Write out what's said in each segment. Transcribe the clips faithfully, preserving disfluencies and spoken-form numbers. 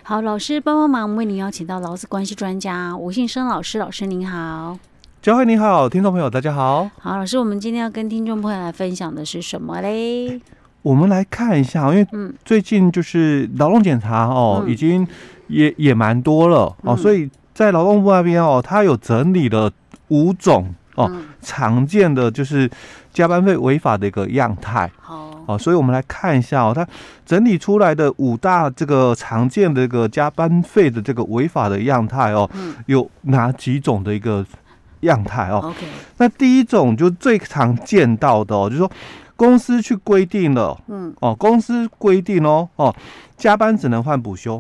好，老师帮帮忙，为您邀请到劳资关系专家吴信生老师，老师您好。 教会你好，听众朋友大家好。 好，老师，我们今天要跟听众朋友来分享的是什么嘞？ 我们来看一下，因为最近就是劳动检查哦，嗯、已经也也蛮多了哦、嗯，所以在劳动部那边哦，他有整理了五种哦、嗯、常见的就是加班费违法的一个样态。好。哦，所以我们来看一下哦，它整理出来的五大这个常见的这个加班费的这个违法的样态哦，嗯、有哪几种的一个样态哦 ？OK， 那第一种就最常见到的哦，就是说公司去规定了，嗯，哦，公司规定哦，哦，加班只能换补休。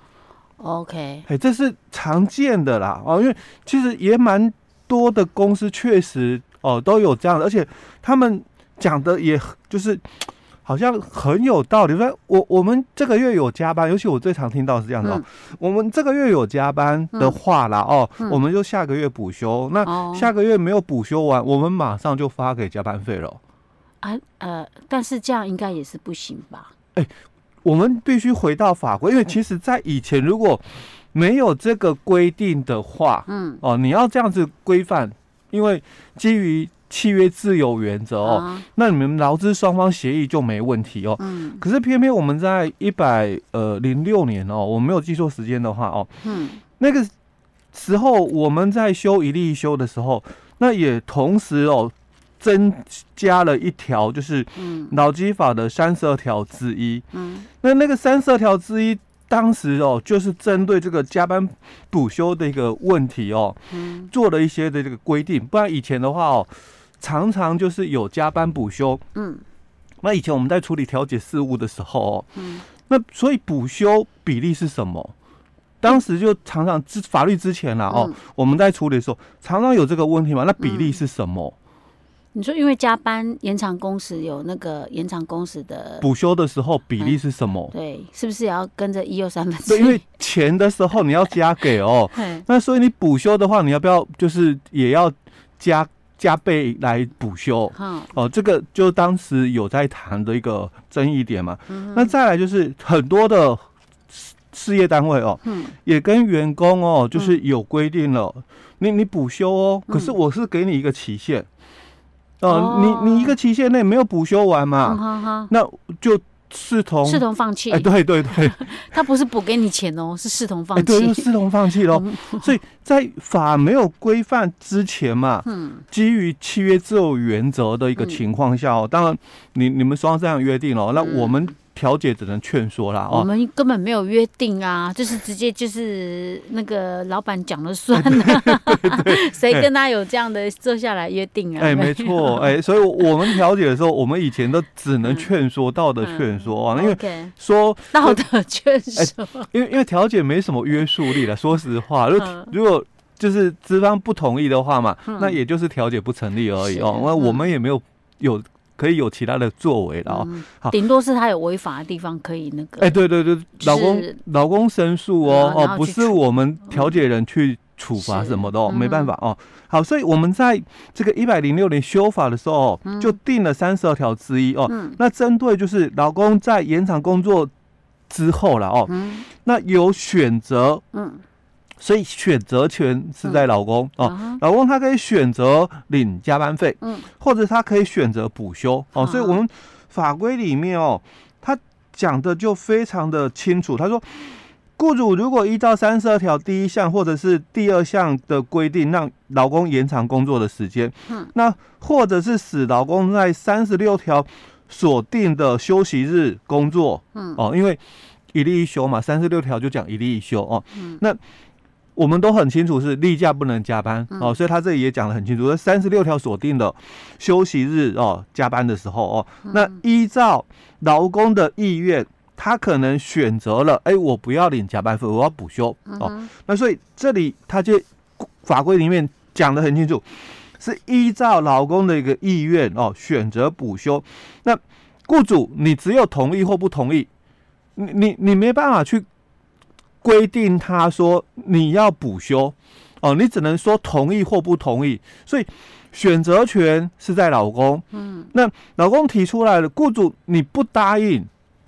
OK， 哎，这是常见的啦，哦，因为其实也蛮多的公司确实哦都有这样的，而且他们讲的也就是好像很有道理。说我我们这个月有加班，尤其我最常听到是这样的、哦嗯，我们这个月有加班的话啦，哦，嗯、我们就下个月补休。那下个月没有补休完，我们马上就发给加班费了。 啊呃，但是这样应该也是不行吧？ 哎、欸，我们必须回到法规，因为其实在以前如果没有这个规定的话，嗯，哦，你要这样子规范，因为基于契约自由原则哦、啊，那你们劳资双方协议就没问题哦。嗯，可是偏偏我们在一百呃零六年哦，我没有记错时间的话哦，嗯，那个时候我们在修一例一休的时候，那也同时哦增加了一条，就是劳基法的三十二条之一。嗯，那那个三十二条之一。当时哦，就是针对这个加班补休的一个问题哦，嗯，做了一些的这个规定。不然以前的话哦，常常就是有加班补休，嗯，那以前我们在处理调解事务的时候哦，嗯，那所以补休比例是什么？当时就常常之法律之前啦哦、嗯，我们在处理的时候常常有这个问题嘛，那比例是什么？嗯， 你说因为加班延长工时有那个延长工时的补休的时候比例是什么？ 嗯、对，是不是也要跟着一又三分之一？ 对，因为钱的时候你要加给哦，那所以你补休的话，你要不要就是也要加加倍来补休？嗯、哦，这个就当时有在谈的一个争议点嘛。嗯、那再来就是很多的事业单位哦，嗯、也跟员工哦，就是有规定了，嗯、你你补休哦，可是我是给你一个期限。哦， oh. 你你一个期限内没有补休完嘛， uh-huh. 那就视同视同放弃。 哎，对对对， 他不是补给你钱哦，是视同放弃。 对，是视同放弃咯。所以在法没有规范之前嘛，嗯，基于契约自由原则的一个情况下哦，嗯、当然你你们双方这样约定了，那我们调解只能劝说啦。 哦，我们根本没有约定啊，就是直接就是那个老板讲了算啊，谁跟他有这样的坐下来约定啊？ 哎，没错，哎，所以我们调解的时候，我们以前都只能劝说，道德劝说啊，因为说道德劝说， 因为因为调解没什么约束力了。说实话，如果如果就是资方不同意的话嘛，那也就是调解不成立而已哦。那我们也没有有。可以有其他的作为了哦， 好，顶多是他有违法的地方可以那个， 哎、欸，对对对，劳工劳工申诉哦，哦，不是我们调解人去处罚什么的哦，没办法哦。好，所以我们在这个一百零六年修法的时候，嗯、就定了三十二条之一哦。嗯、那针对就是劳工在延长工作之后了哦，嗯、那有选择，嗯。所以选择权是在劳工、嗯、哦，劳工他可以选择领加班费，嗯，或者他可以选择补休哦，所以我们法规里面哦，他讲的就非常的清楚。他说，雇主如果依照三十二条第一项或者是第二项的规定，让劳工延长工作的时间，嗯，那或者是使劳工在三十六条所定的休息日工作，嗯，哦，因为一例一休嘛，三十六条就讲一例一休哦，嗯，那。我们都很清楚是例假不能加班、嗯、哦，所以他这里也讲得很清楚，三十六条所定的休息日哦，加班的时候哦，嗯、那依照劳工的意愿，他可能选择了，哎，我不要领加班费，我要补休、嗯、哦，那所以这里他就法规里面讲得很清楚，是依照劳工的一个意愿哦，选择补休。那雇主你只有同意或不同意，你你你没办法去。规定他说你要补休哦，你只能说同意或不同意，所以选择权是在劳工。嗯，那劳工提出来了，雇主你不答应，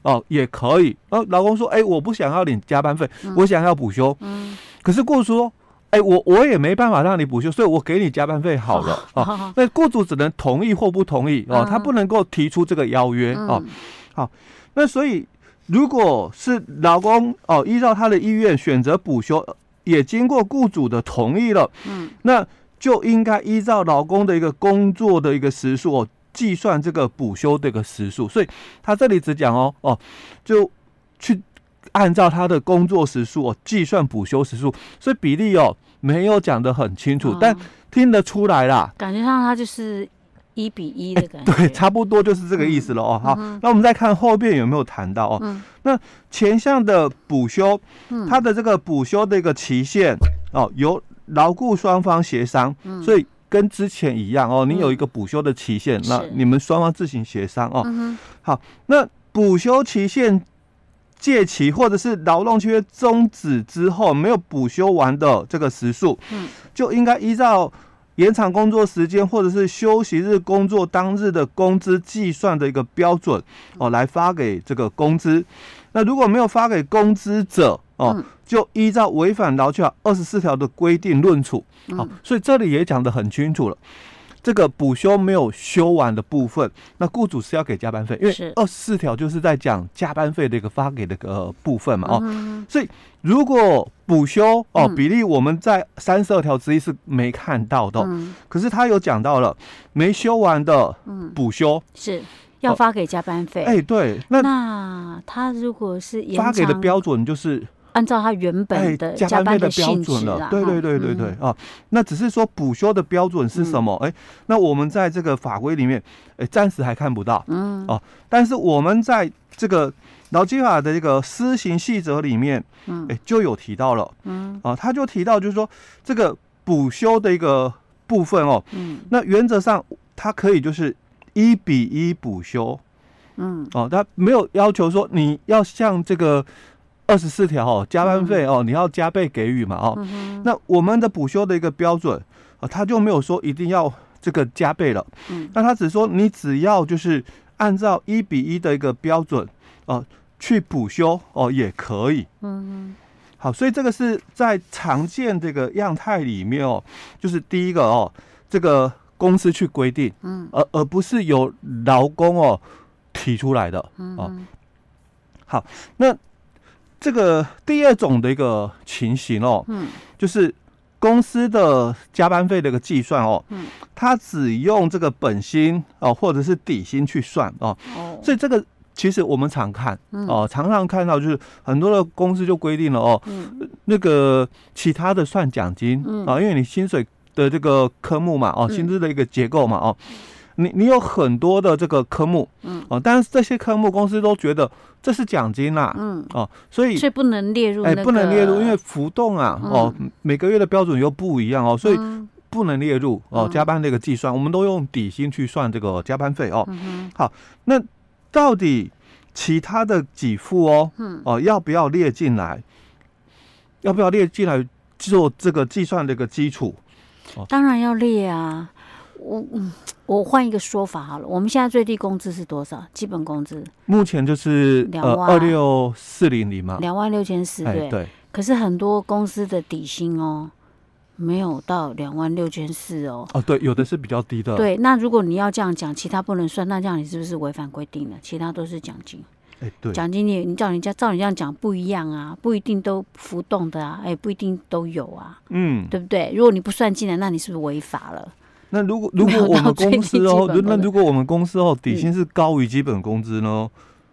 哦，也可以。呃，劳工说，哎、欸，我不想要领加班费，嗯、我想要补休。嗯，可是雇主说，哎、欸，我我也没办法让你补休，所以我给你加班费好了。哦，哦那雇主只能同意或不同意哦，嗯、他不能够提出这个邀约、嗯、哦。好，那所以如果是劳工哦，依照他的意愿选择补休，也经过雇主的同意了，嗯，那就应该依照劳工的一个工作的一个时数哦。计算这个补休的一个时数，所以他这里只讲哦哦，就去按照他的工作时数哦计算补休时数，所以比例哦没有讲得很清楚，哦、但听得出来啦， 感觉上他就是一比一的感觉、 欸，对，差不多就是这个意思了哦。嗯、好，嗯、那我们再看后面有没有谈到哦，嗯、那前项的补休，嗯、它的这个补休的一个期限哦，由劳雇双方协商，嗯、所以。跟之前一样哦，你有一个补休的期限，嗯、那你们双方自行协商哦。嗯、好，那补休期限届期或者是劳动契约终止之后没有补休完的这个时数，嗯、就应该依照延长工作时间或者是休息日工作当日的工资计算的一个标准哦，来发给这个工资。那如果没有发给工资者哦，嗯、就依照违反劳基法二十四条的规定论处。好、嗯哦，所以这里也讲得很清楚了。这个补休没有休完的部分，那雇主是要给加班费，因为二十四条就是在讲加班费的一个发给的个、呃、部分嘛哦。嗯、所以如果补休哦比例我们在三十二条之一是没看到的、哦，嗯、可是他有讲到了没休完的补休、嗯、 是。要发给加班费， 哎、欸，对，那那他如果是延长发给的标准就是按照他原本的加班的标准了，对对对对对啊、嗯哦，那只是说补休的标准是什么？哎、嗯欸，那我们在这个法规里面，哎、欸，暂时还看不到，嗯，哦，但是我们在这个劳基法的这个施行细则里面，嗯，哎、欸，就有提到了，嗯，啊，他就提到就是说这个补休的一个部分哦，嗯，那原则上它可以就是一比一补休，嗯，哦，他没有要求说你要像这个二十四条哦，加班费哦，你要加倍给予嘛哦，嗯、那我们的补休的一个标准啊，他就没有说一定要这个加倍了，嗯，那他只说你只要就是按照一比一的一个标准哦、啊、去补休哦也可以，嗯，好，所以这个是在常见这个样态里面哦，就是第一个哦，这个。公司去规定，嗯，而而不是由劳工哦提出来的，嗯、哦。好，那这个第二种的一个情形哦，嗯，就是公司的加班费的一个计算哦，嗯，它只用这个本薪哦或者是底薪去算哦，哦，所以这个其实我们常看，嗯、哦，常常看到就是很多的公司就规定了哦，嗯、那个其他的算奖金，嗯、啊，因为你薪水。的这个科目嘛，哦，薪资的一个结构嘛，哦，你你有很多的这个科目，嗯，哦，但是这些科目公司都觉得这是奖金啦，嗯，哦，所以所以不能列入、那個， 哎，不能列入，因为浮动啊，嗯、哦，每个月的标准又不一样哦，所以不能列入哦，加班的一个计算，我们都用底薪去算这个加班费哦。嗯、好，那到底其他的给付哦，嗯，哦，要不要列进来？要不要列进来做这个计算的一个基础？ 当然要列啊！我嗯，我换一个说法好了。我们现在最低工资是多少？基本工资目前就是呃二六四零零嘛， 两万六千四，对对。可是很多公司的底薪哦，没有到两万六千四哦。 哦，对，有的是比较低的。 对，那如果你要这样讲，其他不能算，那这样你是不是违反规定了？其他都是奖金。 哎，对， 奖金你你照人家照你这样讲不一样啊，不一定都浮动的啊，哎，不一定都有啊，嗯，对不对？如果你不算进来，那你是不是违法了？ 那如果如果我们公司哦，那如果我们公司哦底薪是高于基本工资呢？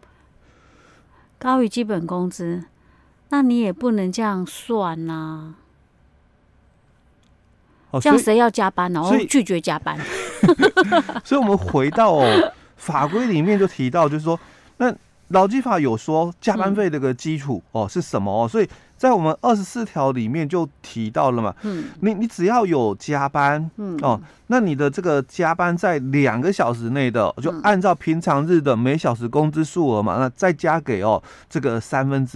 高于基本工资，那你也不能这样算呐、啊。哦、这样谁要加班呢？然后拒绝加班。 所以我们回到、哦、法规里面就提到，就是说那。劳基法有说加班费这个基础、嗯、哦是什么哦，所以在我们二十四条里面就提到了嘛，嗯，你你只要有加班，嗯哦，那你的这个加班在两个小时内的，就按照平常日的每小时工资数额嘛，那再加给哦这个三分之一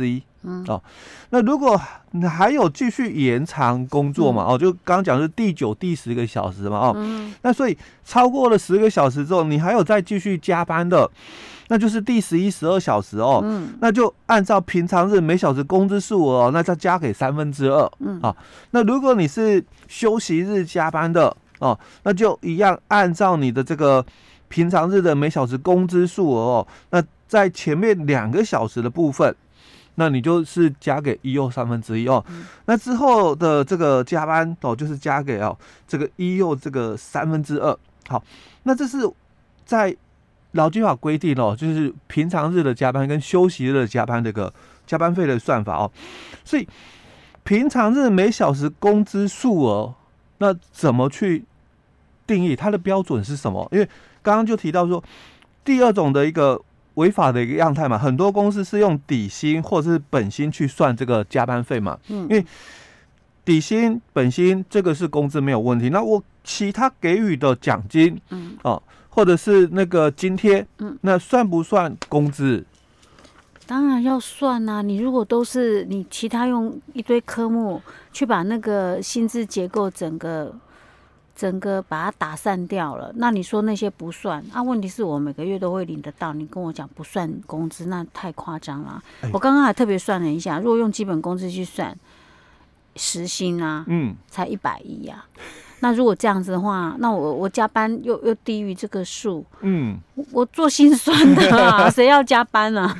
嗯哦，那如果还有继续延长工作嘛，嗯、哦，就刚刚讲是第九、第十个小时嘛，哦，嗯、那所以超过了十个小时之后，你还有再继续加班的，那就是第十一、十二小时哦，嗯、那就按照平常日每小时工资数额、哦，那再加给三分之二，嗯，啊、哦，那如果你是休息日加班的哦，那就一样按照你的这个平常日的每小时工资数额哦，那在前面两个小时的部分。那你就是加给一又三分之一哦，嗯、那之后的这个加班哦，就是加给哦这个一又这个三分之二。好，那这是在劳基法规定哦，就是平常日的加班跟休息日的加班这个加班费的算法哦。所以平常日每小时工资数额，那怎么去定义？它的标准是什么？因为刚刚就提到说，第二种的一个。违法的一个样态嘛，很多公司是用底薪或者是本薪去算这个加班费嘛，嗯，因为底薪、本薪这个是工资没有问题，那我其他给予的奖金，嗯，哦，或者是那个津贴，嗯，那算不算工资？ 当然要算啊！你如果都是你其他用一堆科目去把那个薪资结构整个。整个把它打散掉了，那你说那些不算啊？问题是我每个月都会领得到，你跟我讲不算工资，那太夸张了。欸、我刚刚还特别算了一下，如果用基本工资去算，时薪啊，嗯，才一百一啊。那如果这样子的话，那我我加班又又低于这个数，嗯，我, 我做心酸的啊，谁要加班啊？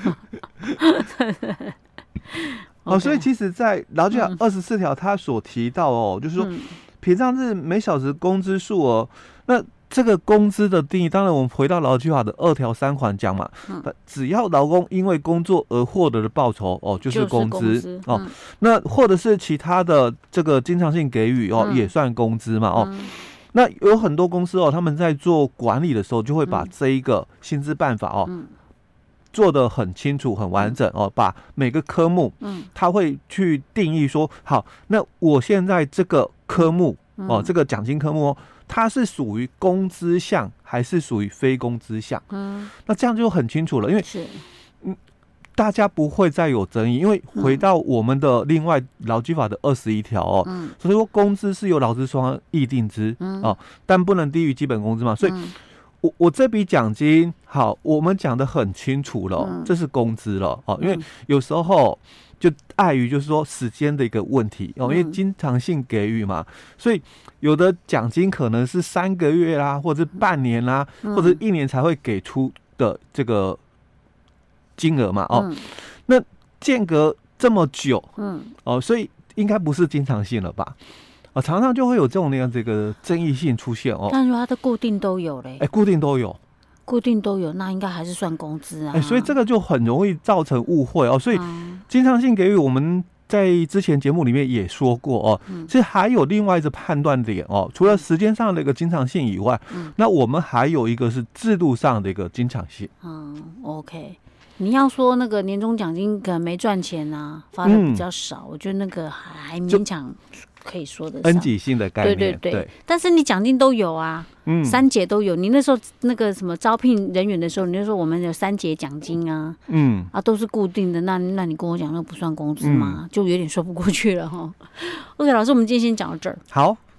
哦，所以其实，在劳基法二十四条，他所提到哦，嗯、就是说。嗯平常日每小时工资数额，那这个工资的定义，当然我们回到劳基法的二条三款讲嘛，嗯、只要劳工因为工作而获得的报酬哦，就是工资、就是、哦。嗯、那或者是其他的这个经常性给予哦，嗯、也算工资嘛哦。嗯、那有很多公司哦，他们在做管理的时候，就会把这一个薪资办法哦。嗯做得很清楚、很完整哦，把每个科目，嗯，他会去定义说，好，那我现在这个科目哦，嗯、这个奖金科目哦，它是属于工资项还是属于非工资项？嗯，那这样就很清楚了，因为是，嗯，大家不会再有争议，因为回到我们的另外劳基法的二十一条哦，嗯，所以说工资是由劳资双方议定之，嗯、哦，但不能低于基本工资嘛，所以。嗯我我这笔奖金好，我们讲得很清楚了，嗯、这是工资了哦。因为有时候就碍于就是说时间的一个问题哦，因为经常性给予嘛，所以有的奖金可能是三个月啦，或者是半年啦，嗯、或者一年才会给出的这个金额嘛哦。嗯、那间隔这么久，嗯哦，所以应该不是经常性了吧？啊，常常就会有这种那样这个争议性出现哦。 但如果它的固定都有嘞， 哎，固定都有， 固定都有，那应该还是算工资啊。 哎，所以这个就很容易造成误会哦。所以经常性给予我们在之前节目里面也说过哦，嗯、其实还有另外一个判断点哦，除了时间上的一个经常性以外，嗯、那我们还有一个是制度上的一个经常性。 嗯 ，OK。你要说那个年终奖金可能没赚钱啊，发的比较少，嗯、我觉得那个还勉强可以说得上恩给性的概念。 对对 对, 对但是你奖金都有啊，嗯，三节都有。你那时候那个什么招聘人员的时候，你就说我们有三节奖金啊，嗯，啊都是固定的，那那你跟我讲那不算工资吗？嗯、就有点说不过去了哈。OK， 老师，我们今天先讲到这儿。 好。